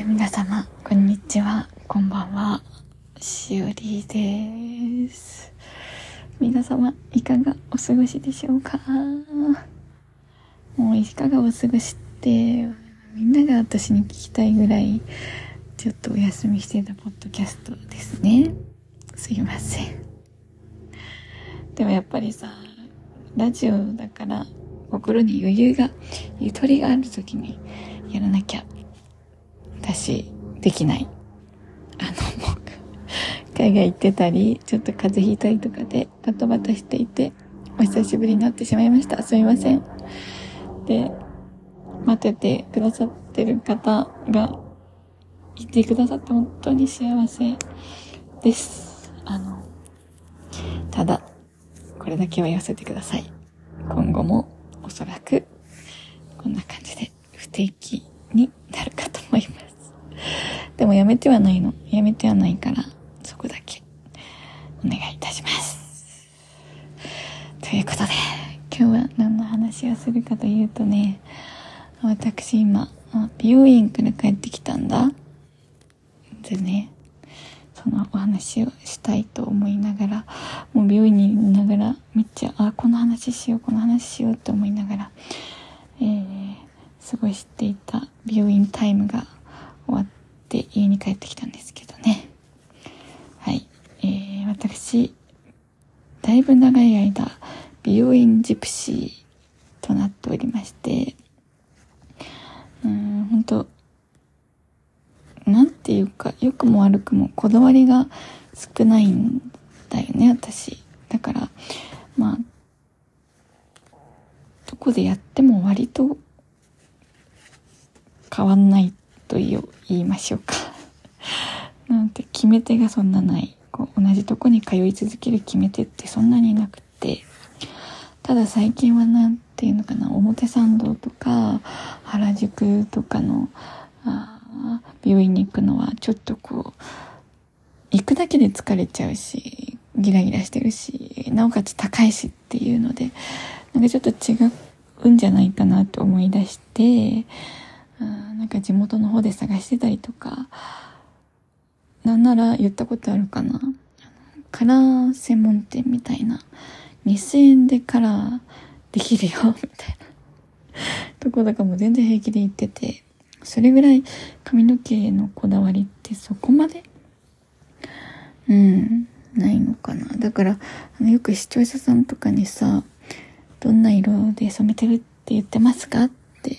皆様こんにちは、こんばんは、しおりです。皆様いかがお過ごしでしょうか。もういかがお過ごしってみんなが私に聞きたいぐらいちょっとお休みしてたポッドキャストですね。すいません。でもやっぱりさ、ラジオだから心に余裕がゆとりがある時にやらなきゃ私できない。もう海外行ってたりちょっと風邪ひいたりとかでバタバタしていてお久しぶりになってしまいました。すみません。で、待っててくださってる方がいてくださって本当に幸せです。ただこれだけは言わせてください。今後もおそらくこんな感じで不定期になるかと思います。でもやめてはないからそこだけお願いいたします。ということで今日は何の話をするかというとね、私今美容院から帰ってきたんだ。でね、そのお話をしたいと思いながら、もう美容院にいながらめっちゃこの話しようって思いながら、過ごしていた美容院タイムが終わって家に帰ってきたんですけどね。はい、私だいぶ長い間美容院ジプシーとなっておりまして、本当なんていうか良くも悪くもこだわりが少ないんだよね、私。だからどこでやっても割と変わんないと言いましょうか。なんて決め手がそんなない。同じとこに通い続ける決め手ってそんなになくて、ただ最近はなんていうのかな、表参道とか原宿とかの美容院に行くのはちょっと行くだけで疲れちゃうし、ギラギラしてるし、なおかつ高いしっていうので、なんかちょっと違うんじゃないかなと思い出して、なんか地元の方で探してたりとか、なんなら言ったことあるかな、カラー専門店みたいな2000円でカラーできるよみたいなとこだからもう全然平気で行ってて、それぐらい髪の毛のこだわりってそこまでないのかな。だからよく視聴者さんとかにさ、どんな色で染めてるって言ってますかって、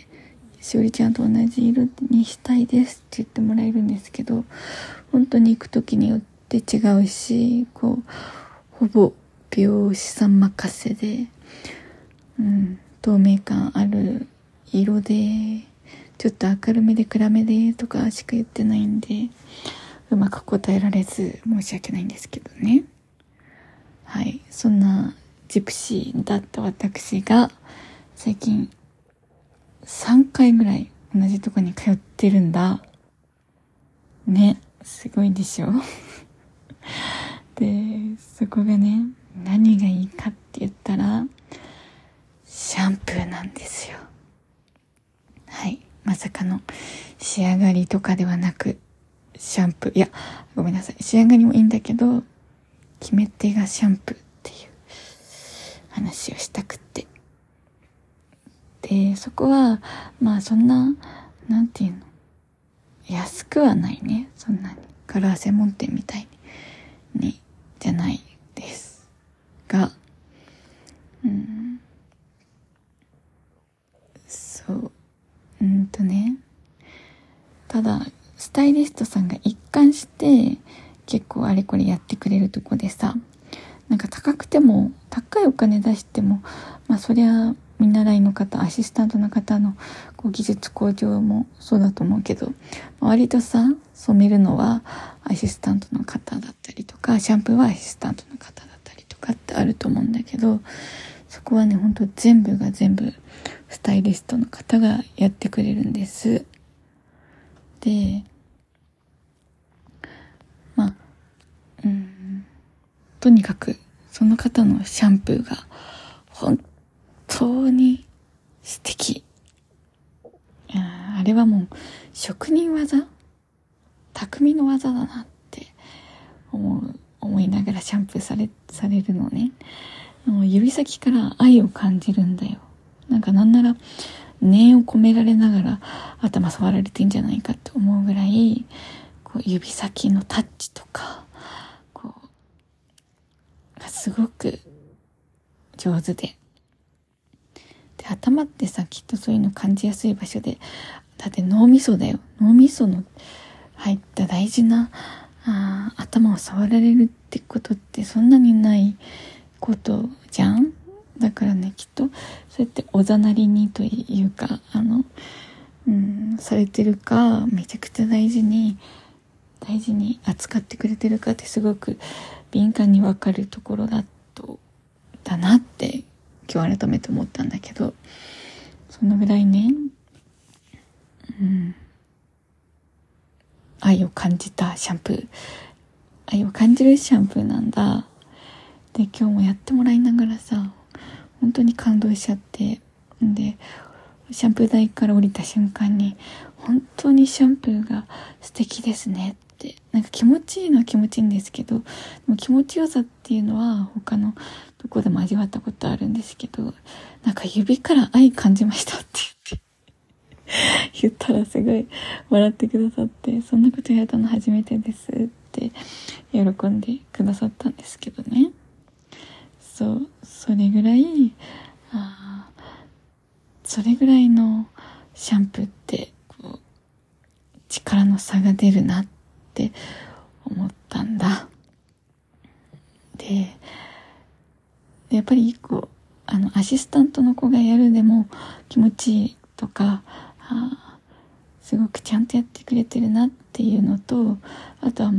しおりちゃんと同じ色にしたいですって言ってもらえるんですけど、本当に行く時によって違うし、ほぼ美容師さん任せで、透明感ある色でちょっと明るめで暗めでとかしか言ってないんで、うまく答えられず申し訳ないんですけどね。はい、そんなジプシーだった私が最近3回ぐらい同じとこに通ってるんだね。すごいでしょ。でそこがね、何がいいかって言ったらシャンプーなんですよ。はい、まさかの仕上がりとかではなくシャンプー。いやごめんなさい、仕上がりもいいんだけど決め手がシャンプーっていう話をしたくって、でそこはそんななんていうの、安くはないね、そんなにカラー専門店みたいにじゃないですが、そうただスタイリストさんが一貫して結構あれこれやってくれるとこでさ、なんか高いお金出してもそりゃ見習いの方、アシスタントの方の技術向上もそうだと思うけど、割とさ染めるのはアシスタントの方だったりとか、シャンプーはアシスタントの方だったりとかってあると思うんだけど、そこはね本当全部が全部スタイリストの方がやってくれるんです。でとにかくその方のシャンプーが本当に素敵。あれはもう職人技匠の技だなって思いながらシャンプーされるのね。もう指先から愛を感じるんだよ。なんなら念を込められながら頭触られてんじゃないかって思うぐらい、こう指先のタッチとかこうがすごく上手で、頭ってさ、きっとそういうの感じやすい場所で、だって脳みそだよ。脳みその入った大事な頭を触られるってことってそんなにないことじゃん。だからね、きっとそうやっておざなりにというかされてるか、めちゃくちゃ大事に扱ってくれてるかってすごく敏感に分かるところだなって今日改めて思ったんだけど、そのぐらいね、愛を感じたシャンプー、愛を感じるシャンプーなんだ。で、今日もやってもらいながらさ、本当に感動しちゃって、でシャンプー台から降りた瞬間に、本当にシャンプーが素敵ですねって、気持ちいいのは気持ちいいんですけど、でも気持ちよさっていうのは他のどこでも味わったことあるんですけど、指から愛感じましたって言ったらすごい笑ってくださって、そんなこと言われたの初めてですって喜んでくださったんですけどね。それぐらいそれぐらいのシャンプーってこう力の差が出るなって思ったんだ。でやっぱりアシスタントの子がやるでも気持ちいいとか、すごくちゃんとやってくれてるなっていうのと、あとは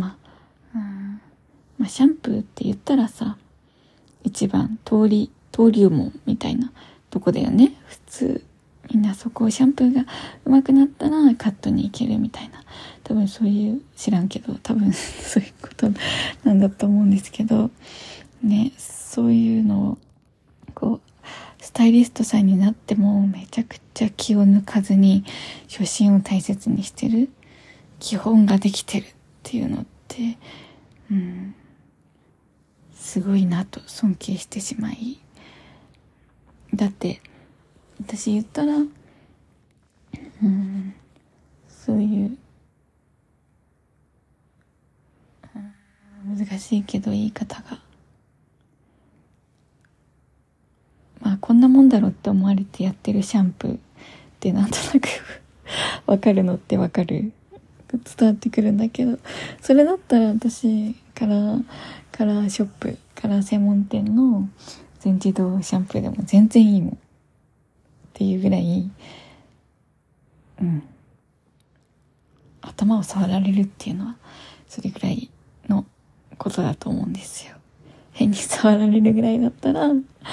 シャンプーって言ったらさ、一番登竜門みたいなとこだよね。普通みんなそこをシャンプーが上手くなったらカットに行けるみたいな、多分そういう知らんけど多分そういうことなんだと思うんですけどね。そういうのをスタイリストさんになってもめちゃくちゃ気を抜かずに初心を大切にしてる、基本ができてるっていうのってすごいなと尊敬してしまい、だって私言ったらそういう難しいけど言い方がこんなもんだろって思われてやってるシャンプーってなんとなくわかるのってわかる、伝わってくるんだけど、それだったら私カラーショップ、カラー専門店の全自動シャンプーでも全然いいもんっていうぐらい頭を触られるっていうのはそれぐらいのことだと思うんですよ。変に触られるぐらいだったら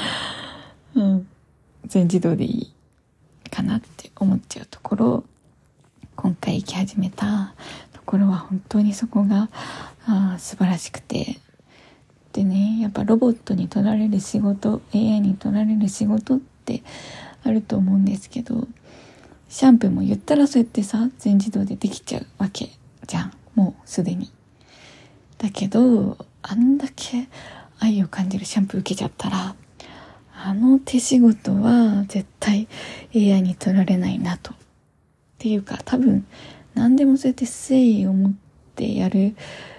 全自動でいいかなって思っちゃうところ、今回行き始めたところは本当にそこが素晴らしくて、でね、やっぱロボットに取られる仕事、 AI に取られる仕事ってあると思うんですけど、シャンプーも言ったらそうやってさ全自動でできちゃうわけじゃん、もうすでに。だけどあんだけ愛を感じるシャンプー受けちゃったら、あの手仕事は絶対 AI に取られないなと。っていうか多分何でもそうやって誠意を持ってやる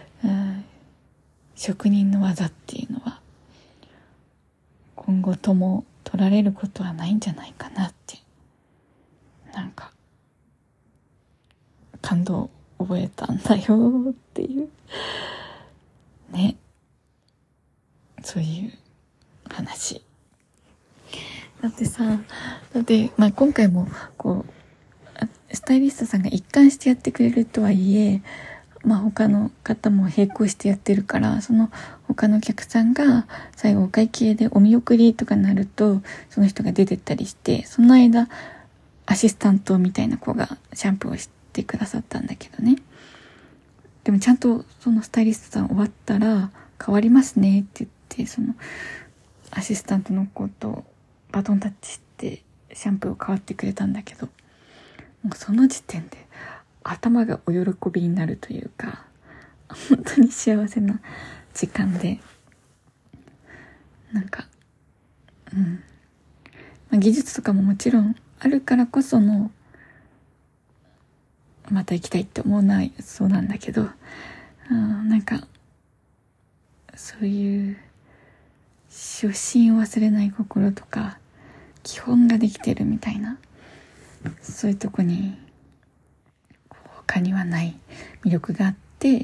職人の技っていうのは今後とも取られることはないんじゃないかなって、感動を覚えたんだよっていうね、そういう話だってさ、今回もスタイリストさんが一貫してやってくれるとはいえ、他の方も並行してやってるから、その他のお客さんが最後お会計でお見送りとかになるとその人が出てったりして、その間アシスタントみたいな子がシャンプーをしてくださったんだけどね。でもちゃんとそのスタイリストさん終わったら変わりますねって言って、そのアシスタントの子とバトンタッチしてシャンプーを変わってくれたんだけど、もうその時点で頭がお喜びになるというか、本当に幸せな時間で、なんか、技術とかももちろんあるからこその、また行きたいって思うのはそうなんだけど、なんか、そういう初心を忘れない心とか、基本ができてるみたいな、そういうとこに他にはない魅力があって、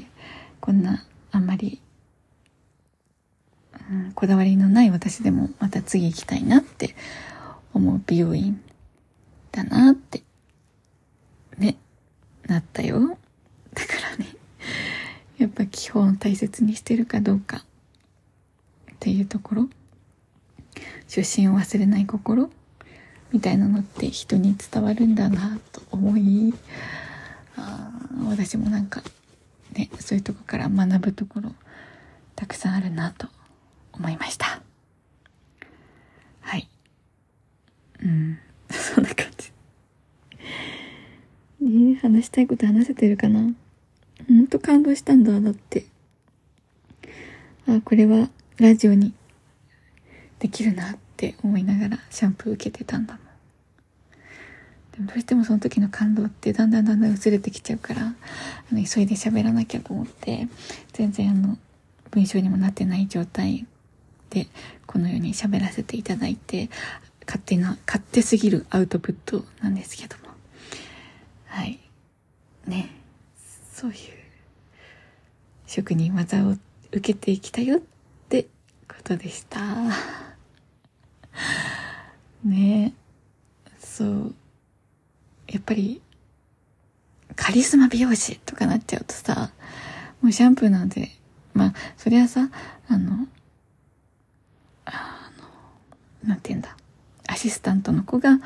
こんなあんまり、こだわりのない私でもまた次行きたいなって思う美容院だなってね、なったよ。だからね、やっぱ基本を大切にしてるかどうかっていうところ、初心を忘れない心みたいなのって人に伝わるんだなと思い、私もなんかね、そういうとこから学ぶところたくさんあるなと思いました。はい、そんな感じね。話したいこと話せてるかな。ほんと感動したんだ。だってこれはラジオにできるなって思いながらシャンプー受けてたんだもん。でもどうしてもその時の感動ってだんだん薄れてきちゃうから、急いで喋らなきゃと思って、全然文章にもなってない状態でこのように喋らせていただいて、勝手すぎるアウトプットなんですけども、はいね、そういう職人技を受けていきたよってことでしたね。そうやっぱりカリスマ美容師とかなっちゃうとさ、もうシャンプーなんて、そりゃさ、なんて言うんだ、アシスタントの子が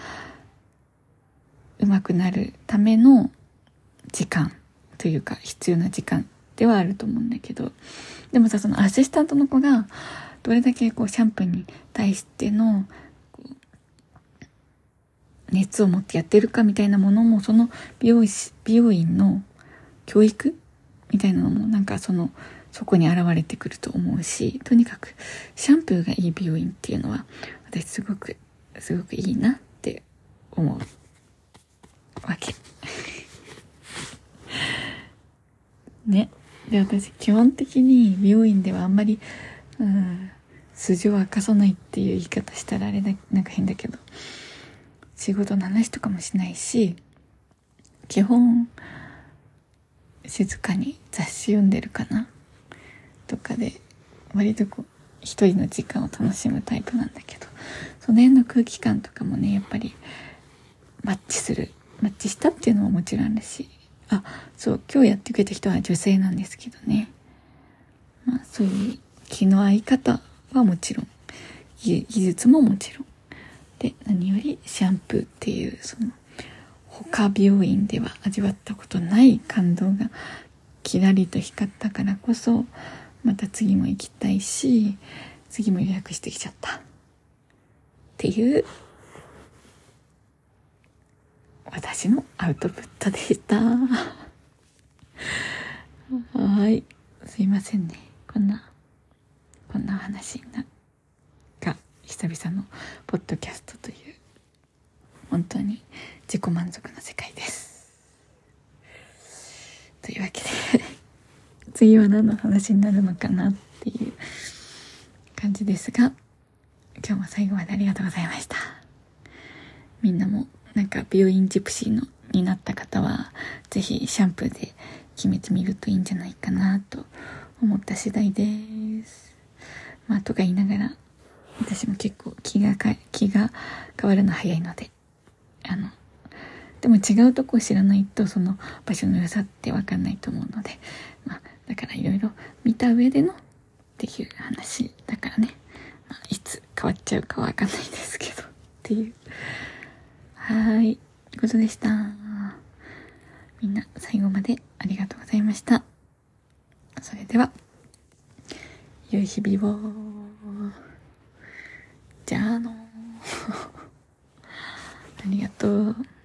上手くなるための時間というか必要な時間ではあると思うんだけど、でもさ、そのアシスタントの子がどれだけシャンプーに対しての熱を持ってやってるかみたいなものも、その美容院の教育みたいなのもなんかそこに現れてくると思うし、とにかくシャンプーがいい美容院っていうのは私すごくいいなって思うわけね。で、私基本的に美容院ではあんまり素性を明かさないっていう言い方したらあれだ、なんか変だけど、仕事の話とかもしないし、基本静かに雑誌読んでるかなとかで、割と一人の時間を楽しむタイプなんだけど、その辺の空気感とかもね、やっぱりマッチしたっていうのももちろんあるし、そう、今日やってくれた人は女性なんですけどね、そういう気の合い方はもちろん、技術ももちろんで、何よりシャンプーっていう他美容院では味わったことない感動がキラリと光ったからこそ、また次も行きたいし、次も予約してきちゃったっていう私のアウトプットでした。はい、すいませんね、こんな話が久々のポッドキャストという本当に自己満足な世界です。というわけで次は何の話になるのかなっていう感じですが、今日も最後までありがとうございました。みんなもなんか美容院ジプシーになった方はぜひシャンプーで決めてみるといいんじゃないかなと思った次第です。とか言いながら、私も結構気が変わるの早いので、でも違うとこを知らないとその場所の良さって分かんないと思うので、だからいろいろ見た上でのっていう話だからね、いつ変わっちゃうか分かんないですけどっていうことでした。みんな最後までありがとうございました。それでは良い日々を。じゃあありがとう。